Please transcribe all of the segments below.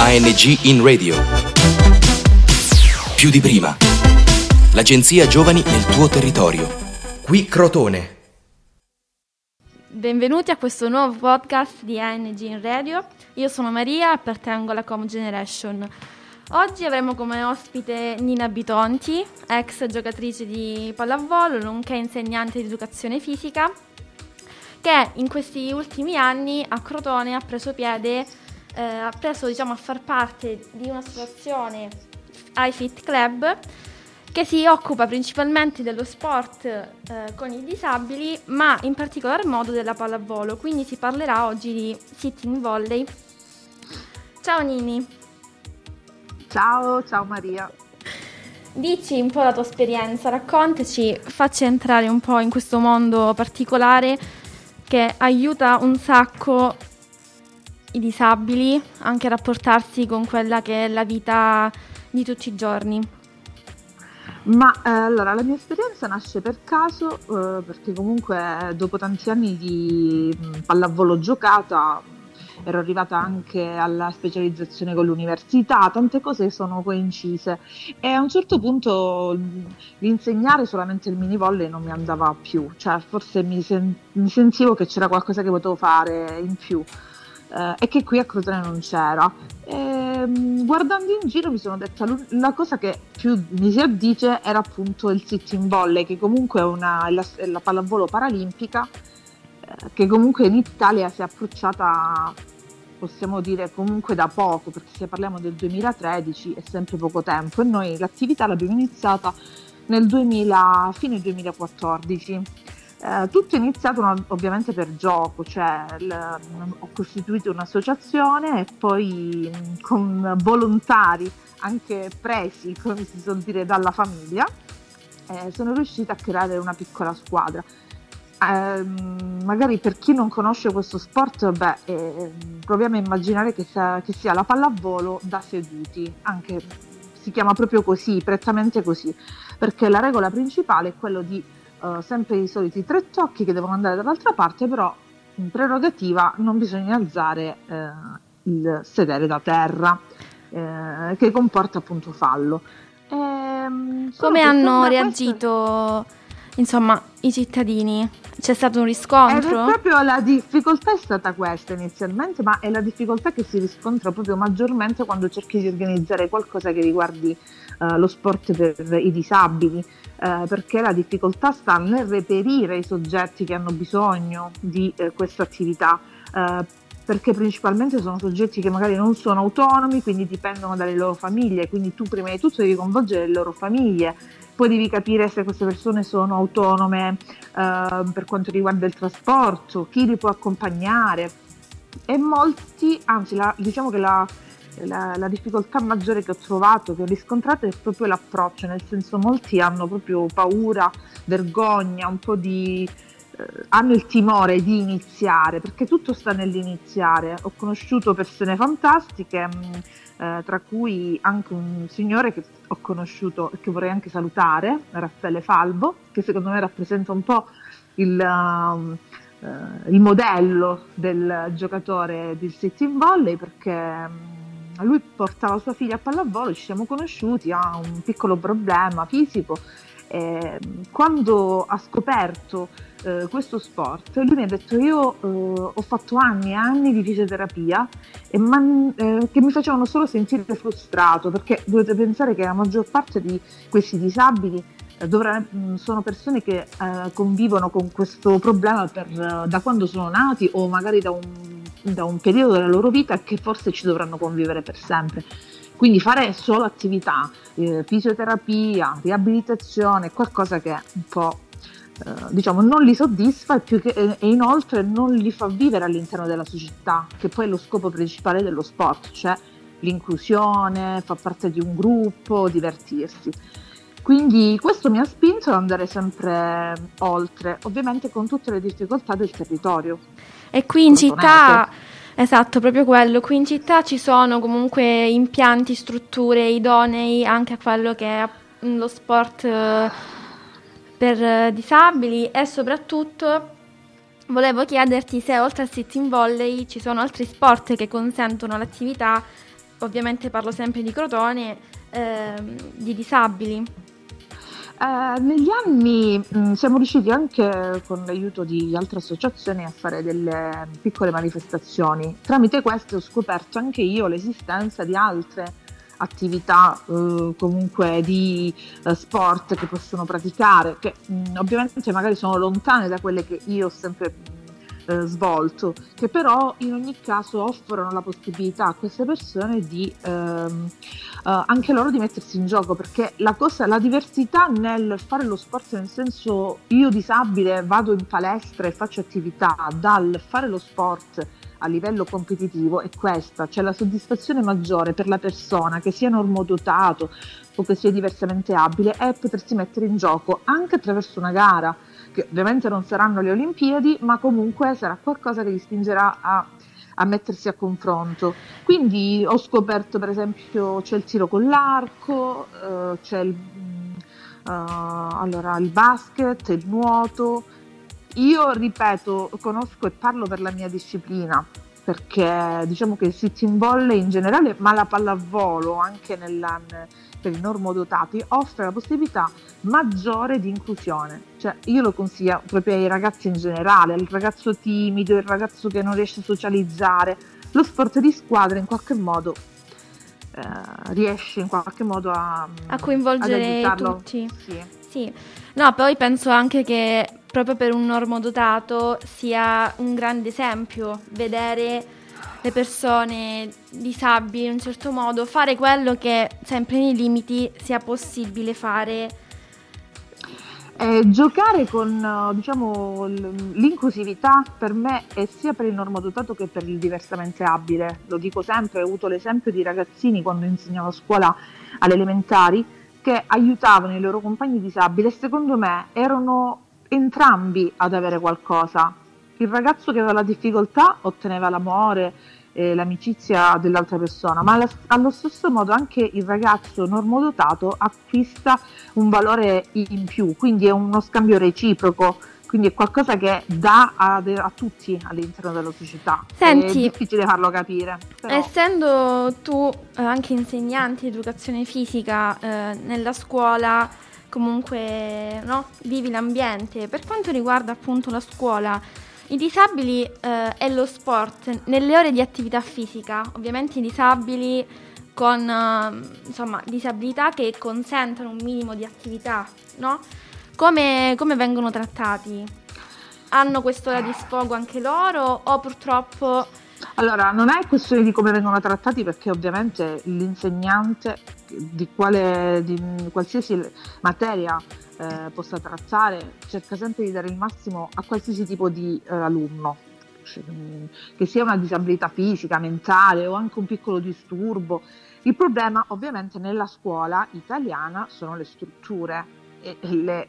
ANG in Radio. Più di prima. L'agenzia Giovani nel tuo territorio. Qui Crotone. Benvenuti a questo nuovo podcast di ANG in Radio. Io sono Maria e appartengo alla Com Generation. Oggi avremo come ospite Nina Bitonti, ex giocatrice di pallavolo, nonché insegnante di educazione fisica, che in questi ultimi anni a Crotone ha preso a far parte di un'associazione iFit Club che si occupa principalmente dello sport con i disabili, ma in particolar modo della pallavolo. Quindi si parlerà oggi di sitting volley. Ciao Nini. Ciao Maria. Dici un po' la tua esperienza, raccontaci, facci entrare un po' in questo mondo particolare che aiuta un sacco i disabili anche a rapportarsi con quella che è la vita di tutti i giorni. Allora, la mia esperienza nasce per caso, perché comunque dopo tanti anni di pallavolo giocata ero arrivata anche alla specializzazione con l'università, tante cose sono coincise e a un certo punto l'insegnare solamente il mini volley non mi andava più, cioè forse mi sentivo che c'era qualcosa che potevo fare in più. E che qui a Crotone non c'era. Guardando in giro mi sono detta la cosa che più mi si addice era appunto il sitting volley, che comunque è la pallavolo paralimpica, che comunque in Italia si è approcciata, possiamo dire, comunque da poco, perché se parliamo del 2013 è sempre poco tempo, e noi l'attività l'abbiamo iniziata nel fine 2014. Tutto è iniziato ovviamente per gioco, cioè ho costituito un'associazione e poi con volontari anche presi, come si suol dire, dalla famiglia, sono riuscita a creare una piccola squadra. Magari per chi non conosce questo sport, proviamo a immaginare che sia la pallavolo da seduti, anche si chiama proprio così, prettamente così, perché la regola principale è quello di sempre i soliti 3 tocchi che devono andare dall'altra parte, però in prerogativa non bisogna alzare il sedere da terra, che comporta appunto fallo. Come hanno reagito insomma i cittadini? C'è stato un riscontro? Proprio la difficoltà è stata questa inizialmente, ma è la difficoltà che si riscontra proprio maggiormente quando cerchi di organizzare qualcosa che riguardi lo sport per i disabili, perché la difficoltà sta nel reperire i soggetti che hanno bisogno di questa attività, perché principalmente sono soggetti che magari non sono autonomi, quindi dipendono dalle loro famiglie, quindi tu prima di tutto devi coinvolgere le loro famiglie, poi devi capire se queste persone sono autonome per quanto riguarda il trasporto, chi li può accompagnare, e molti, anzi diciamo che la difficoltà maggiore che ho trovato, che ho riscontrato, è proprio l'approccio, nel senso molti hanno proprio paura, vergogna, un po' hanno il timore di iniziare, perché tutto sta nell'iniziare. Ho conosciuto persone fantastiche, tra cui anche un signore che ho conosciuto e che vorrei anche salutare, Raffaele Falbo, che secondo me rappresenta un po' il modello del giocatore di sitting volley, perché lui portava sua figlia a pallavolo, ci siamo conosciuti, ha un piccolo problema fisico, e quando ha scoperto questo sport, lui mi ha detto: io ho fatto anni e anni di fisioterapia che mi facevano solo sentire frustrato, perché dovete pensare che la maggior parte di questi disabili sono persone che convivono con questo problema da quando sono nati, o magari da un periodo della loro vita, che forse ci dovranno convivere per sempre. Quindi fare solo attività, fisioterapia, riabilitazione, è qualcosa che un po' non li soddisfa, e inoltre non li fa vivere all'interno della società, che poi è lo scopo principale dello sport, cioè l'inclusione, far parte di un gruppo, divertirsi. Quindi questo mi ha spinto ad andare sempre oltre, ovviamente con tutte le difficoltà del territorio. E qui in città, esatto, proprio quello, qui in città ci sono comunque impianti, strutture idonei anche a quello che è lo sport per disabili, e soprattutto volevo chiederti se oltre al sitting volley ci sono altri sport che consentono l'attività ovviamente parlo sempre di Crotone, di disabili. Negli anni siamo riusciti anche con l'aiuto di altre associazioni a fare delle piccole manifestazioni. Tramite queste ho scoperto anche io l'esistenza di altre attività comunque di sport che possono praticare, che ovviamente magari sono lontane da quelle che io ho sempre svolto, che però in ogni caso offrono la possibilità a queste persone di anche loro di mettersi in gioco, perché la diversità nel fare lo sport, nel senso io disabile vado in palestra e faccio attività, dal fare lo sport a livello competitivo è questa, c'è la soddisfazione maggiore per la persona, che sia normodotato o che sia diversamente abile, è potersi mettere in gioco anche attraverso una gara, che ovviamente non saranno le Olimpiadi, ma comunque sarà qualcosa che li spingerà a mettersi a confronto. Quindi ho scoperto, per esempio, c'è il tiro con l'arco, c'è il basket, il nuoto. Io ripeto, conosco e parlo per la mia disciplina, perché diciamo che il sitting volley in generale, ma la pallavolo anche per i normodotati offre la possibilità maggiore di inclusione. Cioè io lo consiglio proprio ai ragazzi in generale, al ragazzo timido, il ragazzo che non riesce a socializzare. Lo sport di squadra in qualche modo riesce in qualche modo a coinvolgere tutti. Sì. No, poi penso anche che proprio per un normodotato sia un grande esempio vedere le persone disabili in un certo modo fare quello che sempre nei limiti sia possibile fare. Giocare con diciamo l'inclusività per me è sia per il normodotato che per il diversamente abile. Lo dico sempre, ho avuto l'esempio di ragazzini quando insegnavo a scuola alle elementari che aiutavano i loro compagni disabili e secondo me erano entrambi ad avere qualcosa. Il ragazzo che aveva la difficoltà otteneva l'amore e l'amicizia dell'altra persona, ma allo stesso modo anche il ragazzo normodotato acquista un valore in più, quindi è uno scambio reciproco, quindi è qualcosa che dà a tutti all'interno della società. Senti, è difficile farlo capire. Però... Essendo tu anche insegnante di educazione fisica nella scuola, comunque no, vivi l'ambiente. Per quanto riguarda appunto la scuola, i disabili e lo sport nelle ore di attività fisica, ovviamente i disabili con disabilità che consentono un minimo di attività, no? Come vengono trattati? Hanno quest'ora di sfogo anche loro o purtroppo... Allora, non è questione di come vengono trattati, perché ovviamente l'insegnante di qualsiasi materia possa trattare cerca sempre di dare il massimo a qualsiasi tipo di alunno, che sia una disabilità fisica, mentale o anche un piccolo disturbo. Il problema ovviamente nella scuola italiana sono le strutture e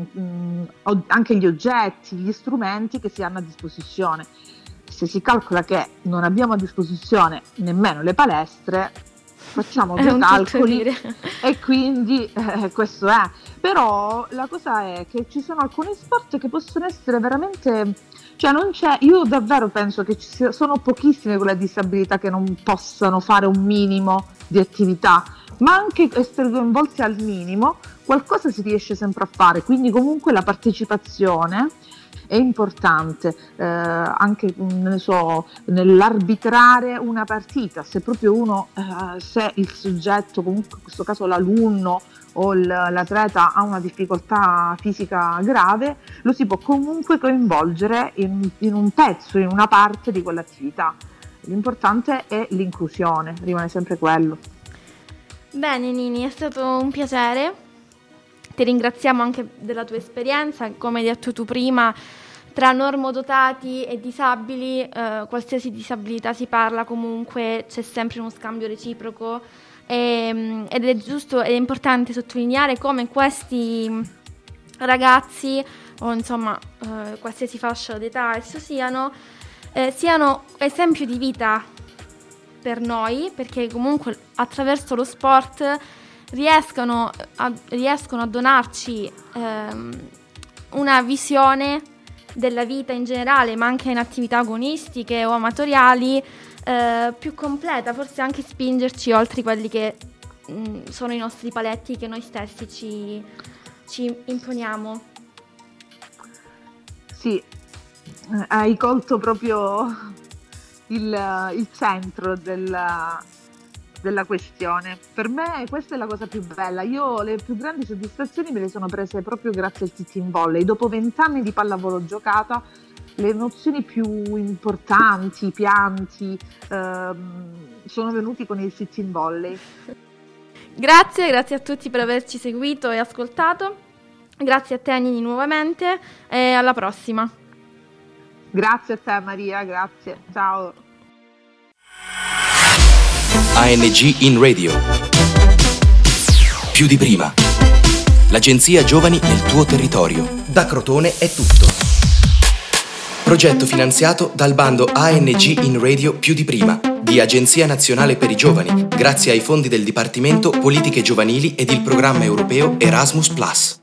anche gli oggetti, gli strumenti che si hanno a disposizione. Se si calcola che non abbiamo a disposizione nemmeno le palestre, facciamo due calcoli e quindi questo è. Però la cosa è che ci sono alcuni sport che possono essere veramente, cioè non c'è, io davvero penso che sono pochissime quelle disabilità che non possano fare un minimo di attività, ma anche essere coinvolti al minimo qualcosa si riesce sempre a fare, quindi comunque la partecipazione è importante, anche nell'arbitrare una partita, se proprio uno, se il soggetto, comunque in questo caso l'alunno o l'atleta ha una difficoltà fisica grave, lo si può comunque coinvolgere in un pezzo, in una parte di quell'attività. L'importante è l'inclusione, rimane sempre quello. Bene Nini, è stato un piacere. Ti ringraziamo anche della tua esperienza, come hai detto tu prima, tra normodotati e disabili, qualsiasi disabilità si parla comunque c'è sempre uno scambio reciproco ed è giusto ed è importante sottolineare come questi ragazzi o insomma qualsiasi fascia d'età esso siano esempio di vita per noi, perché comunque attraverso lo sport riescono a donarci una visione della vita in generale, ma anche in attività agonistiche o amatoriali, più completa, forse anche spingerci oltre quelli che sono i nostri paletti che noi stessi ci imponiamo. Sì, hai colto proprio il centro della questione. Per me questa è la cosa più bella. Io le più grandi soddisfazioni me le sono prese proprio grazie al sit-in volley. Dopo 20 anni di pallavolo giocata, le emozioni più importanti, i pianti, sono venuti con il sit-in volley. Grazie a tutti per averci seguito e ascoltato. Grazie a te Nini nuovamente e alla prossima. Grazie a te Maria, grazie. Ciao. ANG in Radio. Più di prima. L'agenzia Giovani nel tuo territorio. Da Crotone è tutto. Progetto finanziato dal bando ANG in Radio Più di prima di Agenzia Nazionale per i Giovani, grazie ai fondi del Dipartimento Politiche Giovanili ed il programma europeo Erasmus+.